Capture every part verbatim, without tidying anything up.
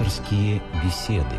Пасторские беседы.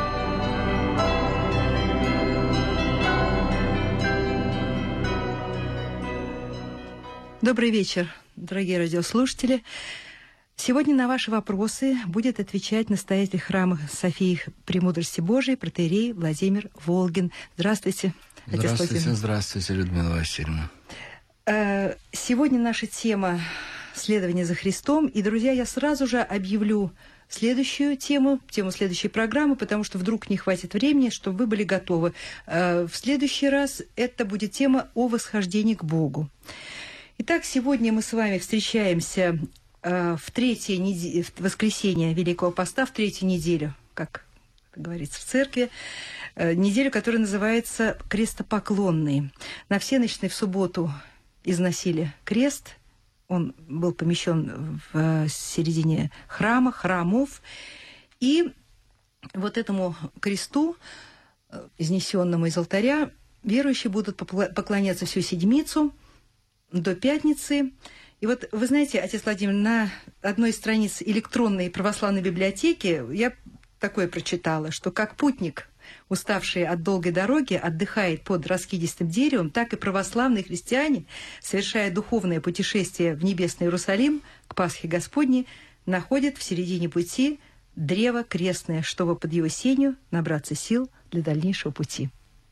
Добрый вечер, дорогие радиослушатели. Сегодня на ваши вопросы будет отвечать настоятель храма Софии Премудрости Божией протоиерей Владимир Волгин. Здравствуйте, отец Здравствуйте, Владимир. Здравствуйте, Людмила Васильевна. Сегодня наша тема «Следование за Христом». И, друзья, я сразу же объявлю следующую тему, тему следующей программы, потому что вдруг не хватит времени, чтобы вы были готовы. В следующий раз это будет тема о восхождении к Богу. Итак, сегодня мы с вами встречаемся в третье неделе, в воскресенье Великого Поста, в третью неделю, как говорится в церкви, неделю, которая называется «Крестопоклонные». На всенощной в субботу износили крест. Он был помещен в середине храма, храмов. И вот этому кресту, изнесенному из алтаря, верующие будут поклоняться всю седмицу до пятницы. И вот, вы знаете, отец Владимир, на одной из страниц электронной православной библиотеки я такое прочитала, что как путник, уставший от долгой дороги, отдыхает под раскидистым деревом, так и православные христиане, совершая духовное путешествие в небесный Иерусалим к Пасхе Господней, находят в середине пути древо крестное, чтобы под его сенью набраться сил для дальнейшего пути.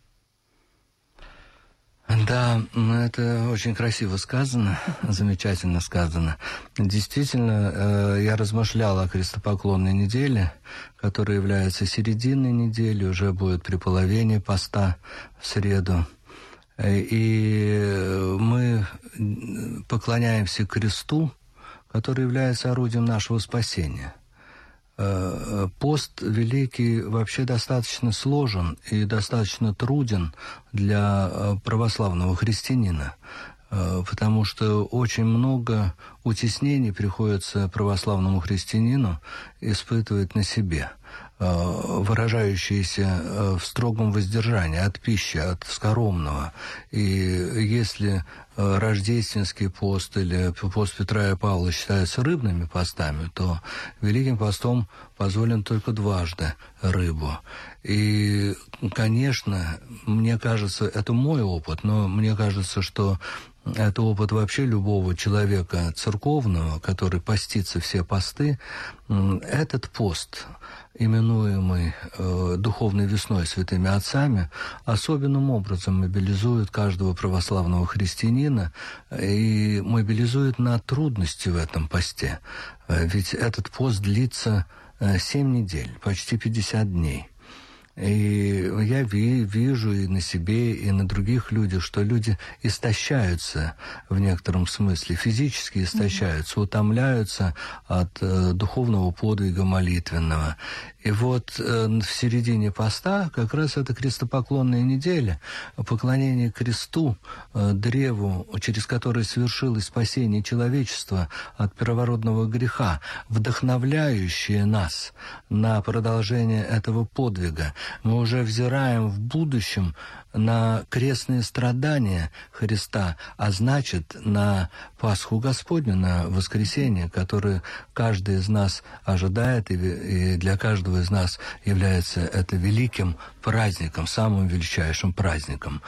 Да, это очень красиво сказано, замечательно сказано. Действительно, я размышлял о крестопоклонной неделе, которая является серединой недели, уже будет при половине поста в среду. И мы поклоняемся кресту, который является орудием нашего спасения. Пост великий вообще достаточно сложен и достаточно труден для православного христианина, потому что очень много утеснений приходится православному христианину испытывать на себе, выражающиеся в строгом воздержании от пищи, от скоромного. И если рождественский пост или пост Петра и Павла считаются рыбными постами, то Великим постом позволен только дважды рыбу. И, конечно, мне кажется, это мой опыт, но мне кажется, что это опыт вообще любого человека церковного, который постится все посты. Этот пост, именуемый э, духовной весной святыми отцами, особенным образом мобилизует каждого православного христианина и мобилизует на трудности в этом посте. Ведь этот пост длится семь недель, почти пятьдесят дней. И я ви, вижу и на себе, и на других людях, что люди истощаются в некотором смысле, физически истощаются, утомляются от э, духовного подвига молитвенного. И вот э, в середине поста как раз эта крестопоклонная неделя, поклонение кресту, э, древу, через которое совершилось спасение человечества от первородного греха, вдохновляющее нас на продолжение этого подвига. Мы уже взираем в будущем на крестные страдания Христа, а значит, на Пасху Господню, на воскресенье, которое каждый из нас ожидает, и для каждого из нас является это великим праздником, самым величайшим праздником.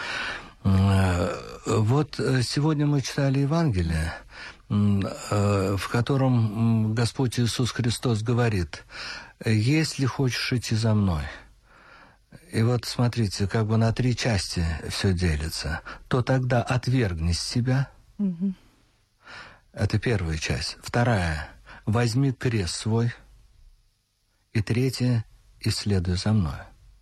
Вот сегодня мы читали Евангелие, в котором Господь Иисус Христос говорит: «Если хочешь идти за Мной». И вот смотрите, как бы на три части все делится. То тогда отвергни себя. Угу. Это первая часть. Вторая — возьми крест свой. И третья — исследуй за Мной.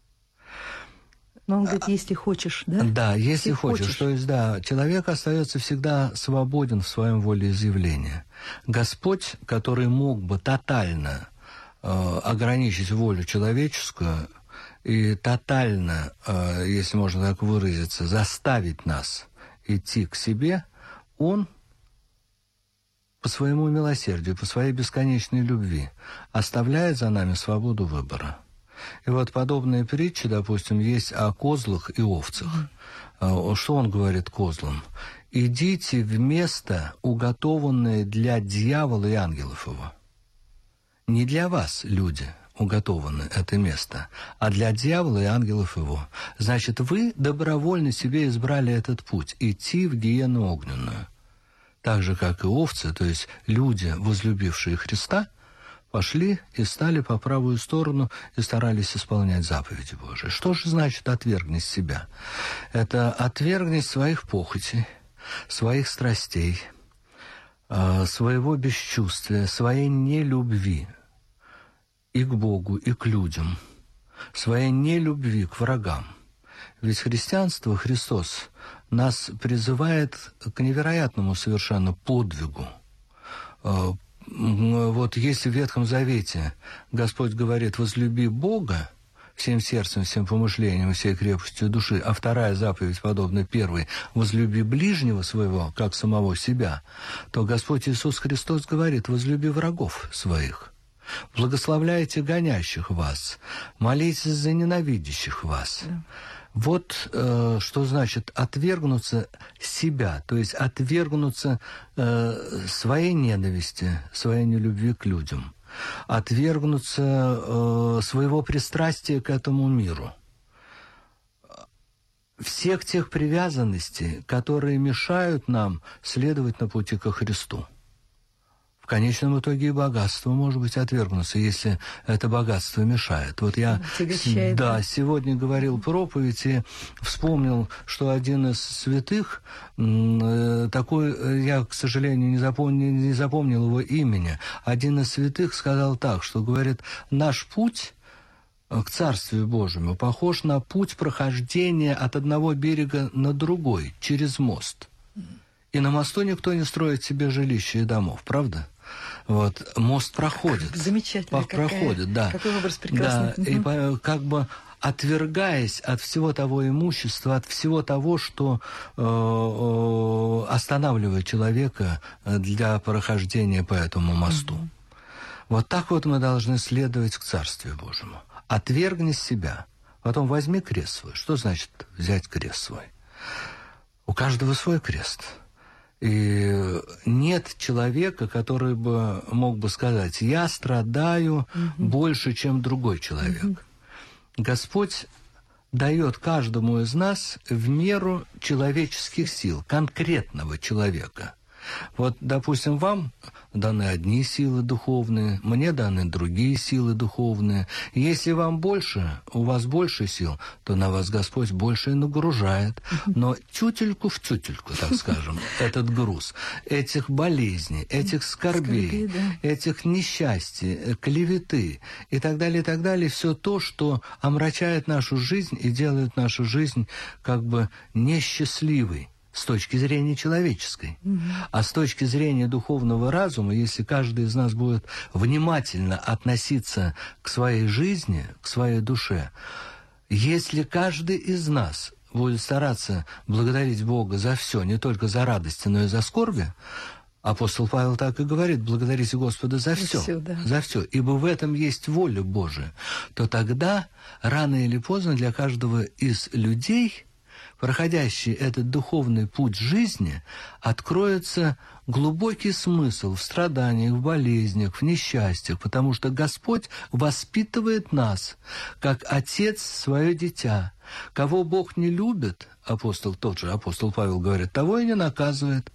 Но он говорит, если хочешь, да? Да, если, если хочешь. хочешь. То есть, да, человек остается всегда свободен в своем волеизъявлении. Господь, который мог бы тотально э, ограничить волю человеческую, и тотально, если можно так выразиться, заставить нас идти к себе, Он по своему милосердию, по своей бесконечной любви оставляет за нами свободу выбора. И вот подобные притчи, допустим, есть о козлах и овцах. Что он говорит козлам? «Идите в место, уготованное для дьявола и ангелов его». Не для вас, люди, уготовано это место, а для дьявола и ангелов его. Значит, вы добровольно себе избрали этот путь, идти в гиену огненную. Так же, как и овцы, то есть люди, возлюбившие Христа, пошли и стали по правую сторону и старались исполнять заповеди Божии. Что же значит «отвергнись себя»? Это отвергнись своих похотей, своих страстей, своего бесчувствия, своей нелюбви и к Богу, и к людям, своей нелюбви к врагам. Ведь христианство, Христос нас призывает к невероятному совершенно подвигу. Вот если в Ветхом Завете Господь говорит «возлюби Бога всем сердцем, всем помышлением, всей крепостью души», а вторая заповедь, подобно первой, «возлюби ближнего своего, как самого себя», то Господь Иисус Христос говорит «возлюби врагов своих». Благословляйте гонящих вас, молитесь за ненавидящих вас. Да. Вот э, что значит отвергнуться себя, то есть отвергнуться э, своей ненависти, своей нелюбви к людям, отвергнуться э, своего пристрастия к этому миру, всех тех привязанностей, которые мешают нам следовать на пути ко Христу. В конечном итоге и богатство может быть отвергнуться, если это богатство мешает. Вот я Отягощает, да, да? сегодня говорил проповедь и вспомнил, что один из святых, такой, я, к сожалению, не запомнил, не запомнил его имени, один из святых сказал так, что, говорит, наш путь к Царствию Божьему похож на путь прохождения от одного берега на другой, через мост. И на мосту никто не строит себе жилища и домов, правда? Вот, мост проходит. Замечательно. Проходит, да. Какой образ прекрасный. Да, и как бы отвергаясь от всего того имущества, от всего того, что э, э, останавливает человека для прохождения по этому мосту. Угу. Вот так вот мы должны следовать к Царствию Божьему. Отвергни себя, потом возьми крест свой. Что значит взять крест свой? У каждого свой крест. И нет человека, который бы мог бы сказать, я страдаю угу. больше, чем другой человек. Угу. Господь дает каждому из нас в меру человеческих сил, конкретного человека. Вот, допустим, вам даны одни силы духовные, мне даны другие силы духовные. Если вам больше, у вас больше сил, то на вас Господь больше и нагружает. Но тютельку в тютельку, так скажем, этот груз, этих болезней, этих скорбей, Скорби, да. этих несчастий, клеветы и так далее, и так далее, все то, что омрачает нашу жизнь и делает нашу жизнь как бы несчастливой. С точки зрения человеческой. Mm-hmm. А с точки зрения духовного разума, если каждый из нас будет внимательно относиться к своей жизни, к своей душе, если каждый из нас будет стараться благодарить Бога за все, не только за радости, но и за скорби, апостол Павел так и говорит, благодарите Господа за все, все да. за все, ибо в этом есть воля Божия, то тогда, рано или поздно, для каждого из людей, проходящий этот духовный путь жизни, откроется глубокий смысл в страданиях, в болезнях, в несчастьях, потому что Господь воспитывает нас, как Отец свое дитя. Кого Бог не любит, апостол, тот же апостол Павел говорит, того и не наказывает.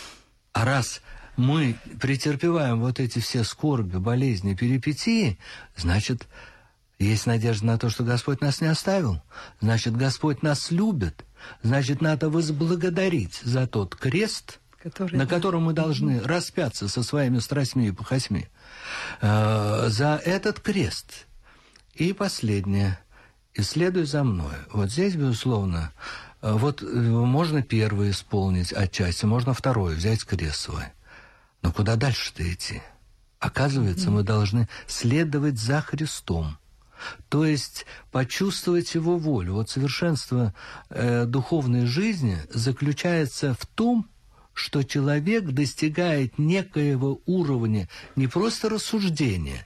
А раз мы претерпеваем вот эти все скорби, болезни, перипетии, значит, есть надежда на то, что Господь нас не оставил. Значит, Господь нас любит. Значит, надо возблагодарить за тот крест, который, на котором мы должны распяться со своими страстьми и похотьми. Э, за этот крест. И последнее. «Исследуй за мной». Вот здесь, безусловно, вот можно первое исполнить отчасти, можно второе, взять крест свой. Но куда дальше-то идти? Оказывается, мы должны следовать за Христом. То есть почувствовать Его волю. Вот совершенство э, духовной жизни заключается в том, что человек достигает некоего уровня не просто рассуждения,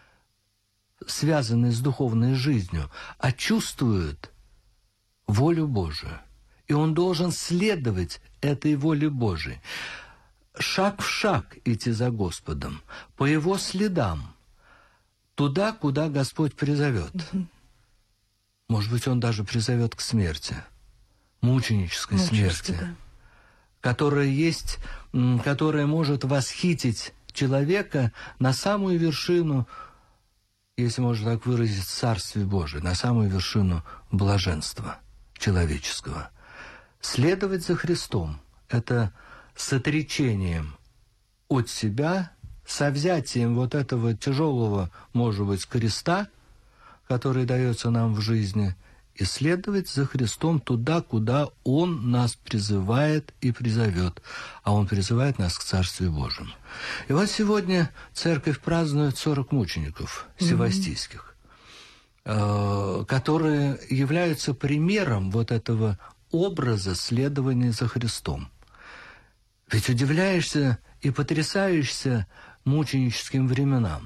связанной с духовной жизнью, а чувствует волю Божию. И он должен следовать этой воле Божией. Шаг в шаг идти за Господом, по Его следам. туда, куда Господь призовет. Угу. Может быть, Он даже призовет к смерти, мученической смерти, да. которая есть, которая может восхитить человека на самую вершину, если можно так выразить, Царствия Божия, на самую вершину блаженства человеческого. Следовать за Христом – это с отречением от себя, со взятием вот этого тяжелого, может быть, креста, который дается нам в жизни, и следовать за Христом туда, куда Он нас призывает и призовет. А Он призывает нас к Царствию Божьему. И вот сегодня Церковь празднует сорок мучеников севастийских, mm-hmm. которые являются примером вот этого образа следования за Христом. Ведь удивляешься и потрясаешься мученическим временам.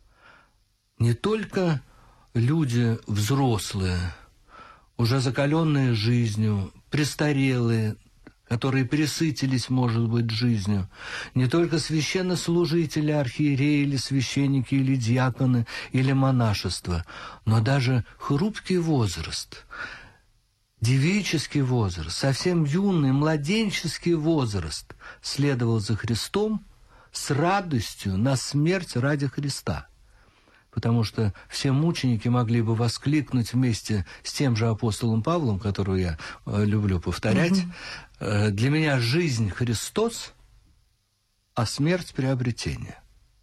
Не только люди взрослые, уже закаленные жизнью, престарелые, которые пресытились, может быть, жизнью, не только священнослужители, архиереи или священники, или диаконы, или монашество, но даже хрупкий возраст, девический возраст, совсем юный, младенческий возраст следовал за Христом с радостью на смерть ради Христа. Потому что все мученики могли бы воскликнуть вместе с тем же апостолом Павлом, которого я э, люблю повторять, mm-hmm. э, «Для меня жизнь Христос, а смерть приобретение».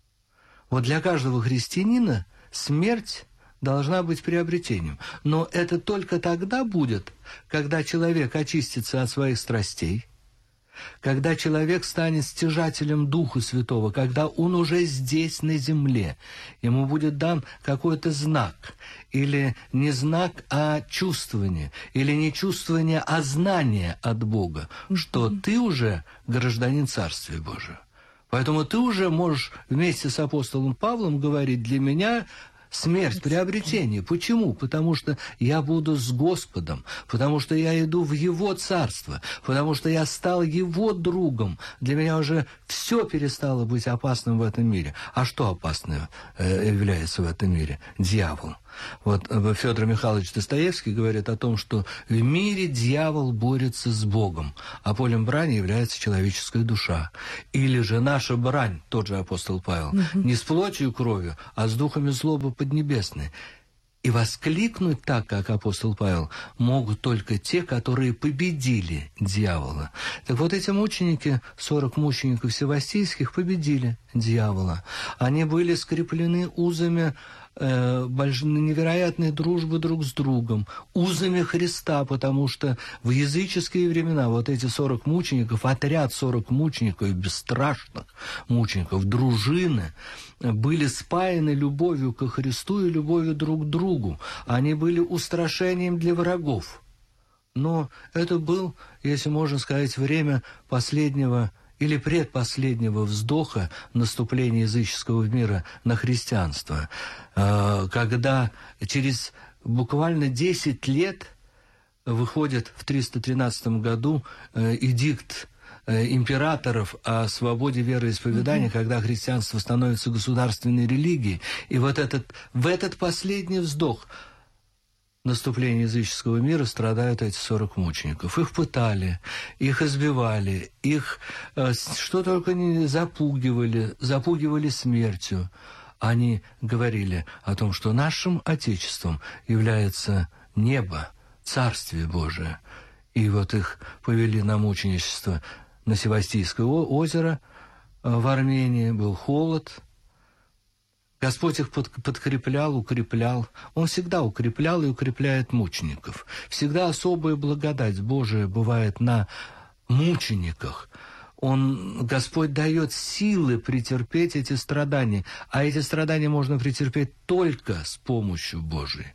Вот для каждого христианина смерть должна быть приобретением. Но это только тогда будет, когда человек очистится от своих страстей, когда человек станет стяжателем Духа Святого, когда он уже здесь, на земле, ему будет дан какой-то знак, или не знак, а чувствование, или не чувствование, а знание от Бога, mm-hmm. что ты уже гражданин Царствия Божия. Поэтому ты уже можешь вместе с апостолом Павлом говорить: для меня смерть – приобретение. Почему? Потому что я буду с Господом, потому что я иду в Его Царство, потому что я стал Его другом. Для меня уже все перестало быть опасным в этом мире. А что опасным э, является в этом мире? Дьявол. Вот Федор Михайлович Достоевский говорит о том, что в мире дьявол борется с Богом, а полем брани является человеческая душа. Или же наша брань, тот же апостол Павел, угу. не с плотью и кровью, а с духами злобы поднебесной. И воскликнуть так, как апостол Павел, могут только те, которые победили дьявола. Так вот, эти мученики, сорок мучеников севастийских, победили дьявола. Они были скреплены узами э, невероятной дружбы друг с другом, узами Христа, потому что в языческие времена вот эти сорок мучеников, отряд сорок мучеников, бесстрашных мучеников, дружины, были спаяны любовью ко Христу и любовью друг к другу. Они были устрашением для врагов. Но это был, если можно сказать, время последнего или предпоследнего вздоха наступления языческого мира на христианство, когда через буквально десять лет выходит в триста тринадцатом году эдикт императоров о свободе вероисповедания, mm-hmm. когда христианство становится государственной религией. И вот этот, в этот последний вздох наступления языческого мира страдают эти сорок мучеников. Их пытали, их избивали, их э, что только не запугивали, запугивали смертью. Они говорили о том, что нашим Отечеством является небо, Царствие Божие. И вот их повели на мученичество на Севастийское озеро в Армении, был холод. Господь их подкреплял, укреплял. Он всегда укреплял и укрепляет мучеников. Всегда особая благодать Божия бывает на мучениках. Он, Господь дает силы претерпеть эти страдания. А эти страдания можно претерпеть только с помощью Божией.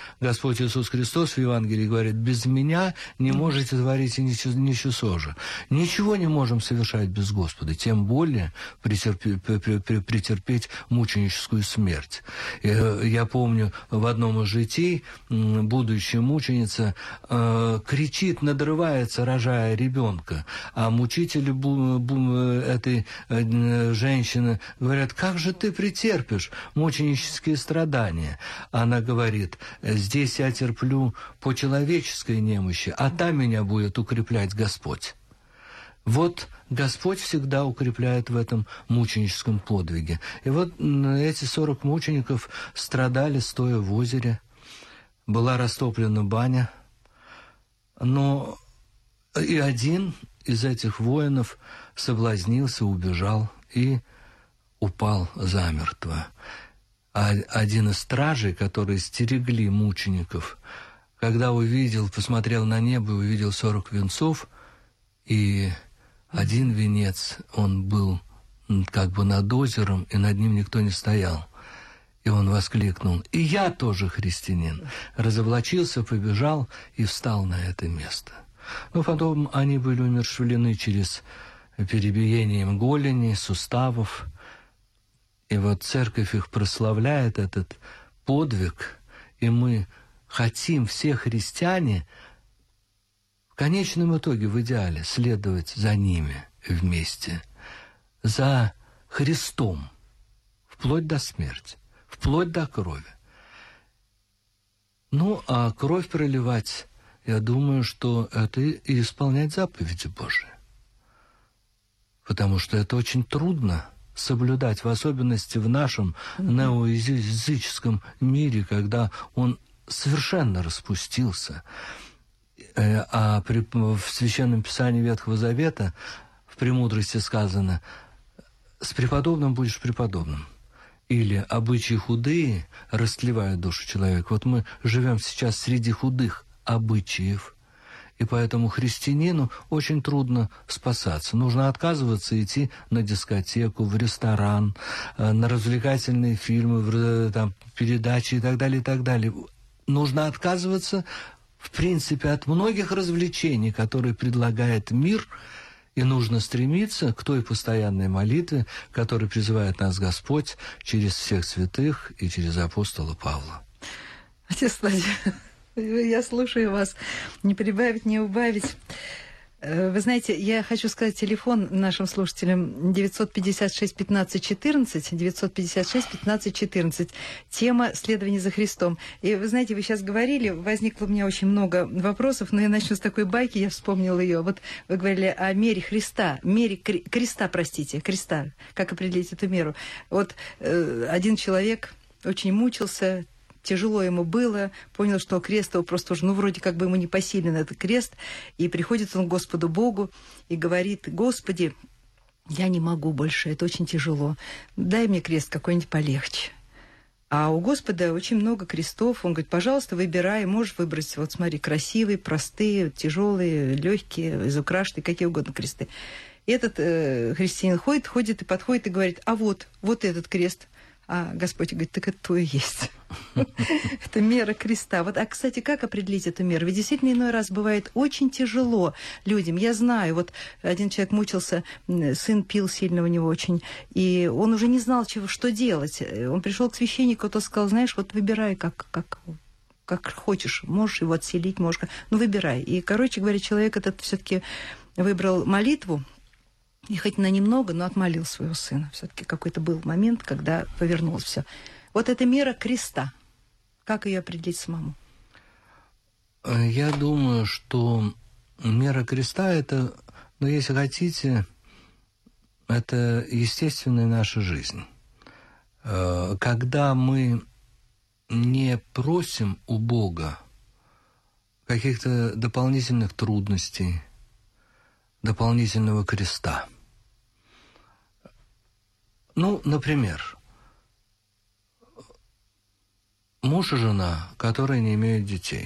Господь Иисус Христос в Евангелии говорит: без меня не можете творить и ничего же. Ничего не можем совершать без Господа, тем более претерпеть, претерпеть мученическую смерть. Я помню, в одном из житий будущая мученица кричит, надрывается, рожая ребенка, а мучители этой женщины говорят: как же ты претерпишь мученические страдания? Она говорит: здесь я терплю по человеческой немощи, а там меня будет укреплять Господь. Вот Господь всегда укрепляет в этом мученическом подвиге. И вот эти сорок мучеников страдали, стоя в озере. Была растоплена баня, но и один из этих воинов соблазнился, убежал и упал замертво. А один из стражей, которые стерегли мучеников, когда увидел, посмотрел на небо и увидел сорок венцов, и один венец, он был как бы над озером, и над ним никто не стоял. И он воскликнул: «И я тоже христианин!» Разоблачился, побежал и встал на это место. Но потом они были умерщвлены через перебиением голени, суставов. И вот церковь их прославляет, этот подвиг, и мы хотим, все христиане, в конечном итоге, в идеале, следовать за ними вместе, за Христом, вплоть до смерти, вплоть до крови. Ну, а кровь проливать, я думаю, что это и исполнять заповеди Божии. Потому что это очень трудно соблюдать, в особенности в нашем неоязыческом мире, когда он совершенно распустился. А при, в Священном Писании Ветхого Завета в «Премудрости» сказано: «С преподобным будешь преподобным». Или «обычаи худые растлевают душу человека». Вот мы живем сейчас среди худых обычаев, и поэтому христианину очень трудно спасаться. Нужно отказываться идти на дискотеку, в ресторан, на развлекательные фильмы, там, передачи и так далее, и так далее. Нужно отказываться, в принципе, от многих развлечений, которые предлагает мир, и нужно стремиться к той постоянной молитве, которой призывает нас Господь через всех святых и через апостола Павла. Отец Владимир, я слушаю вас, не прибавить, не убавить. Вы знаете, я хочу сказать телефон нашим слушателям: девятьсот пятьдесят шесть пятнадцать четырнадцать, девятьсот пятьдесят шесть пятнадцать четырнадцать. Тема «Следование за Христом». И вы знаете, вы сейчас говорили, возникло у меня очень много вопросов, но я начну с такой байки, я вспомнила ее. Вот вы говорили о мере Христа, мере креста, простите, креста, как определить эту меру. Вот э, один человек очень мучился, тяжело ему было, понял, что крест его просто уже, ну, вроде как бы ему непосилен этот крест, и приходит он к Господу Богу и говорит: «Господи, я не могу больше, это очень тяжело, дай мне крест какой-нибудь полегче». А у Господа очень много крестов, он говорит: «Пожалуйста, выбирай, можешь выбрать, вот смотри, красивые, простые, тяжелые, легкие, изукрашенные, какие угодно кресты». И этот э, христианин ходит, ходит и подходит и говорит: «А вот, вот этот крест». А Господь говорит: «Так это то и есть». Это мера креста. Вот, а, кстати, как определить эту меру? Ведь действительно иной раз бывает очень тяжело людям. Я знаю, вот один человек мучился, сын пил сильно у него очень, и он уже не знал, чего, что делать. Он пришел к священнику, тот сказал: «Знаешь, вот выбирай, как, как, как хочешь. Можешь его отселить, можешь... Ну, выбирай». И, короче говоря, человек этот все-таки выбрал молитву, и хоть на немного, но отмолил своего сына. Все-таки какой-то был момент, когда повернулось все. Вот эта мера креста. Как ее определить самому? Я думаю, что мера креста — это, ну, если хотите, это естественная наша жизнь. Когда мы не просим у Бога каких-то дополнительных трудностей, дополнительного креста. Ну, например, муж и жена, которые не имеют детей.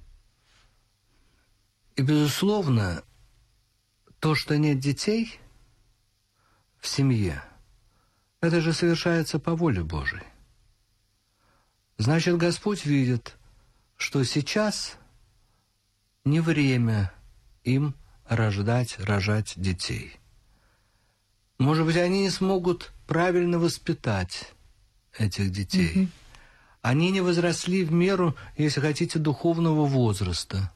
И, безусловно, то, что нет детей в семье, это же совершается по воле Божией. Значит, Господь видит, что сейчас не время им рождать, рожать детей. Может быть, они не смогут правильно воспитать этих детей. Mm-hmm. Они не возросли в меру, если хотите, духовного возраста.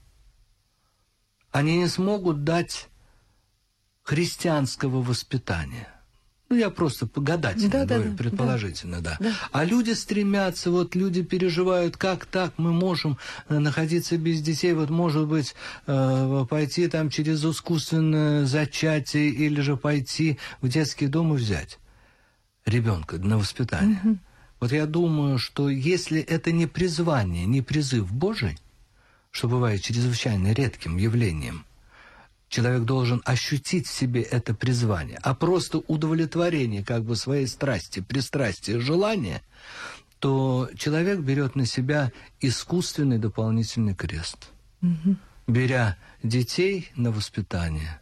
Они не смогут дать христианского воспитания. Ну, я просто гадательно да, говорю, да, предположительно, да. да. А люди стремятся, вот люди переживают, как так мы можем находиться без детей, вот, может быть, э, пойти там через искусственное зачатие или же пойти в детский дом и взять ребенка на воспитание. Угу. Вот я думаю, что если это не призвание, не призыв Божий, что бывает чрезвычайно редким явлением, человек должен ощутить в себе это призвание, а просто удовлетворение как бы своей страсти, пристрастия, желания, то человек берет на себя искусственный дополнительный крест, угу. беря детей на воспитание.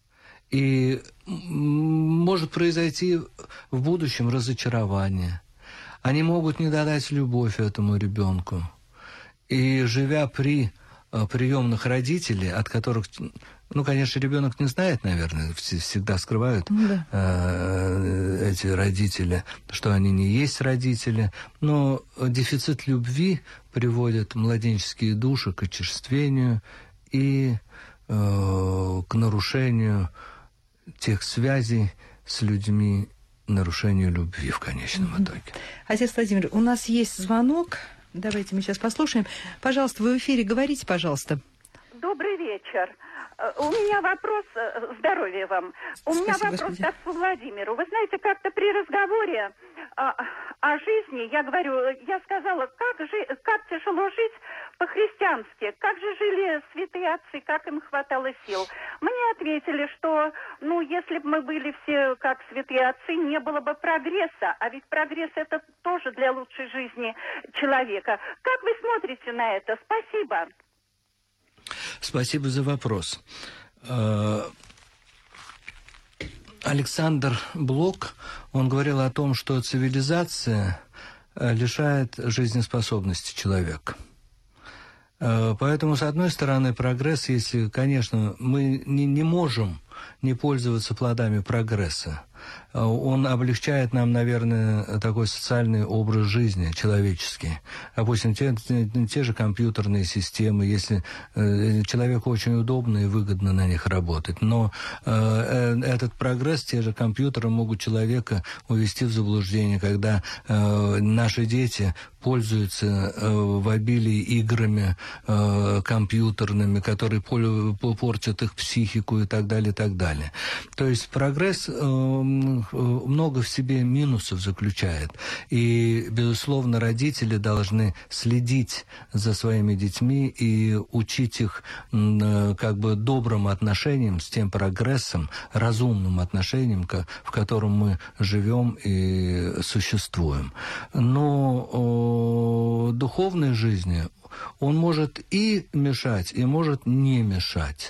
И может произойти в будущем разочарование. Они могут не додать любовь этому ребенку. И живя при приемных родителей, от которых, ну, конечно, ребенок не знает, наверное, всегда скрывают да. э, эти родители, что они не есть родители, но дефицит любви приводит младенческие души к очерствению и э, к нарушению тех связей с людьми, нарушению любви в конечном mm-hmm. итоге. Отец Владимир, у нас есть звонок. Давайте мы сейчас послушаем. Пожалуйста, вы в эфире, говорите, пожалуйста. Добрый вечер. У меня вопрос, здоровья вам. У Спасибо, меня вопрос Господи. к отцу Владимиру. Вы знаете, как-то при разговоре о, о жизни, я говорю, я сказала, как, жи, как тяжело жить по-христиански, как же жили святые отцы, как им хватало сил. Мне ответили, что, ну, если бы мы были все как святые отцы, не было бы прогресса, а ведь прогресс это тоже для лучшей жизни человека. Как вы смотрите на это? Спасибо. Спасибо за вопрос. Александр Блок, он говорил о том, что цивилизация лишает жизнеспособности человека. Поэтому, с одной стороны, прогресс, если, конечно, мы не, не можем не пользоваться плодами прогресса, он облегчает нам, наверное, такой социальный образ жизни человеческий. Допустим, те, те же компьютерные системы, если э, человеку очень удобно и выгодно на них работать. Но э, этот прогресс, те же компьютеры могут человека увести в заблуждение, когда э, наши дети пользуются э, в обилии играми э, компьютерными, которые портят их психику и так далее, и так далее. То есть прогресс э, много в себе минусов заключает. И, безусловно, родители должны следить за своими детьми и учить их как бы добрым отношениям с тем прогрессом, разумным отношением, в котором мы живем и существуем. Но о, духовной жизни он может и мешать, и может не мешать.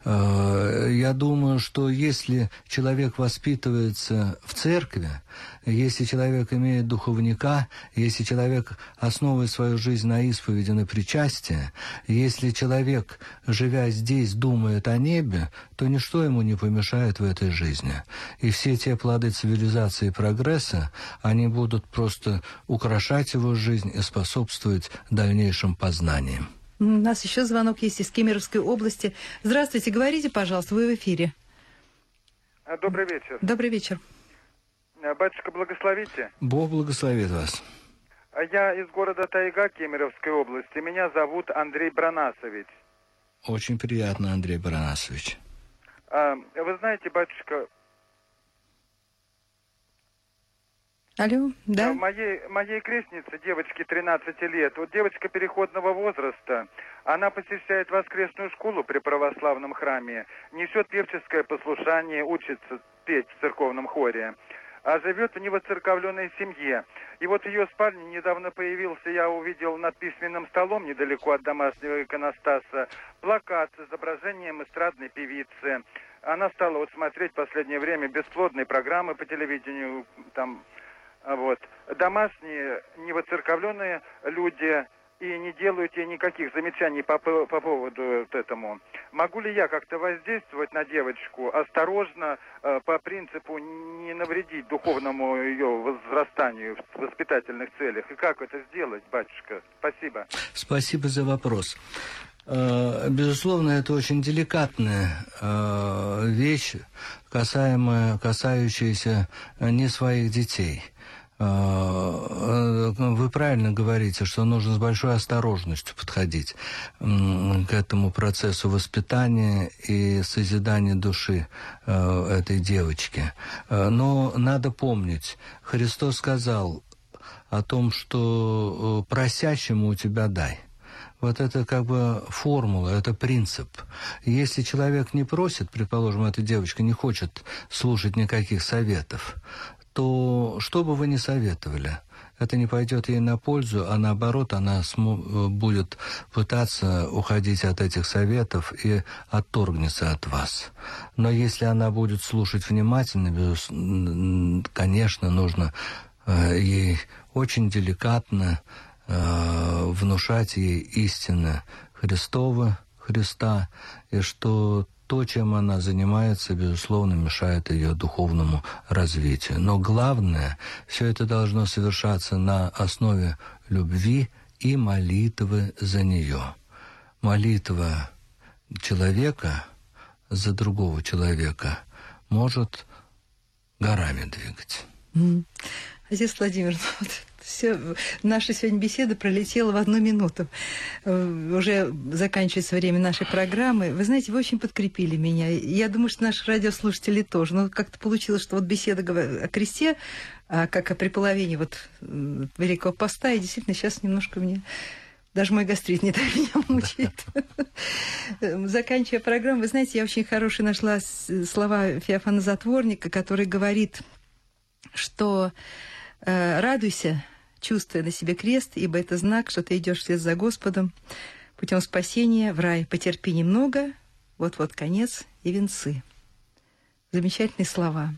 Я думаю, что если человек воспитывается в церкви, если человек имеет духовника, если человек основывает свою жизнь на исповеди, на причастии, если человек, живя здесь, думает о небе, то ничто ему не помешает в этой жизни. И все те плоды цивилизации и прогресса, они будут просто украшать его жизнь и способствовать дальнейшим познаниям. У нас еще звонок есть из Кемеровской области. Здравствуйте, говорите, пожалуйста, вы в эфире. Добрый вечер. Добрый вечер. Батюшка, благословите. Бог благословит вас. Я из города Тайга Кемеровской области. Меня зовут Андрей Бранасович. Очень приятно, Андрей Бранасович. А, вы знаете, батюшка... Алло, да? Моей, моей крестнице, девочке тринадцати лет, вот девочка переходного возраста, она посещает воскресную школу при православном храме, несет певческое послушание, учится петь в церковном хоре, а живет в невоцерковленной семье. И вот в ее спальне недавно появился, я увидел над письменным столом, недалеко от домашнего иконостаса, плакат с изображением эстрадной певицы. Она стала вот смотреть в последнее время бесплодные программы по телевидению, там... Вот. Домашние, невоцерковленные люди и не делаете никаких замечаний по, по поводу вот этому. Могу ли я как-то воздействовать на девочку осторожно, э, по принципу не навредить духовному ее возрастанию в воспитательных целях? И как это сделать, батюшка? Спасибо. Спасибо за вопрос. Безусловно, это очень деликатная вещь, касаемая, касающаяся не своих детей. Вы правильно говорите, что нужно с большой осторожностью подходить к этому процессу воспитания и созидания души этой девочки. Но надо помнить, Христос сказал о том, что просящему у тебя дай. Вот это как бы формула, это принцип. Если человек не просит, предположим, эта девочка не хочет слушать никаких советов, то что бы вы ни советовали, это не пойдет ей на пользу, а наоборот, она см- будет пытаться уходить от этих советов и отторгнется от вас. Но если она будет слушать внимательно, безусловно, конечно, нужно э, ей очень деликатно внушать ей истины Христова, Христа, и что то, чем она занимается, безусловно, мешает ее духовному развитию. Но главное, все это должно совершаться на основе любви и молитвы за нее. Молитва человека за другого человека может горами двигать. Mm. Отец Владимир, вот все, наша сегодня беседа пролетела в одну минуту. Уже заканчивается время нашей программы. Вы знаете, вы очень подкрепили меня. Я думаю, что наши радиослушатели тоже. Но как-то получилось, что вот беседа о кресте, а как о преполовении вот Великого Поста, и действительно сейчас немножко мне... Даже мой гастрит не так меня мучает. Заканчивая программу, вы знаете, я очень хорошие нашла слова Феофана Затворника, который говорит, что э, радуйся, чувствуя на себе крест, ибо это знак, что ты идешь вслед за Господом путем спасения в рай. Потерпи немного, вот-вот конец и венцы. Замечательные слова.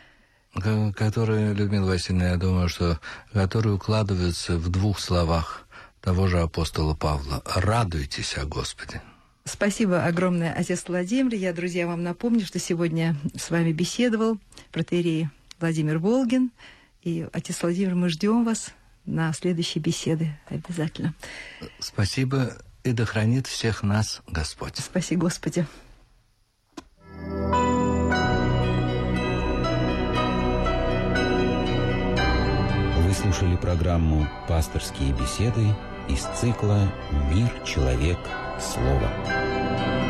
Которые, Людмила Васильевна, я думаю, что которые укладываются в двух словах того же апостола Павла. Радуйтесь о Господе. Спасибо огромное, отец Владимир. Я, друзья, вам напомню, что сегодня с вами беседовал протоиерей Владимир Волгин. И, отец Владимир, мы ждем вас на следующей беседе обязательно. Спасибо, и да хранит всех нас Господь. Спаси Господи. Вы слушали программу «Пасторские беседы» из цикла «Мир, человек, слово».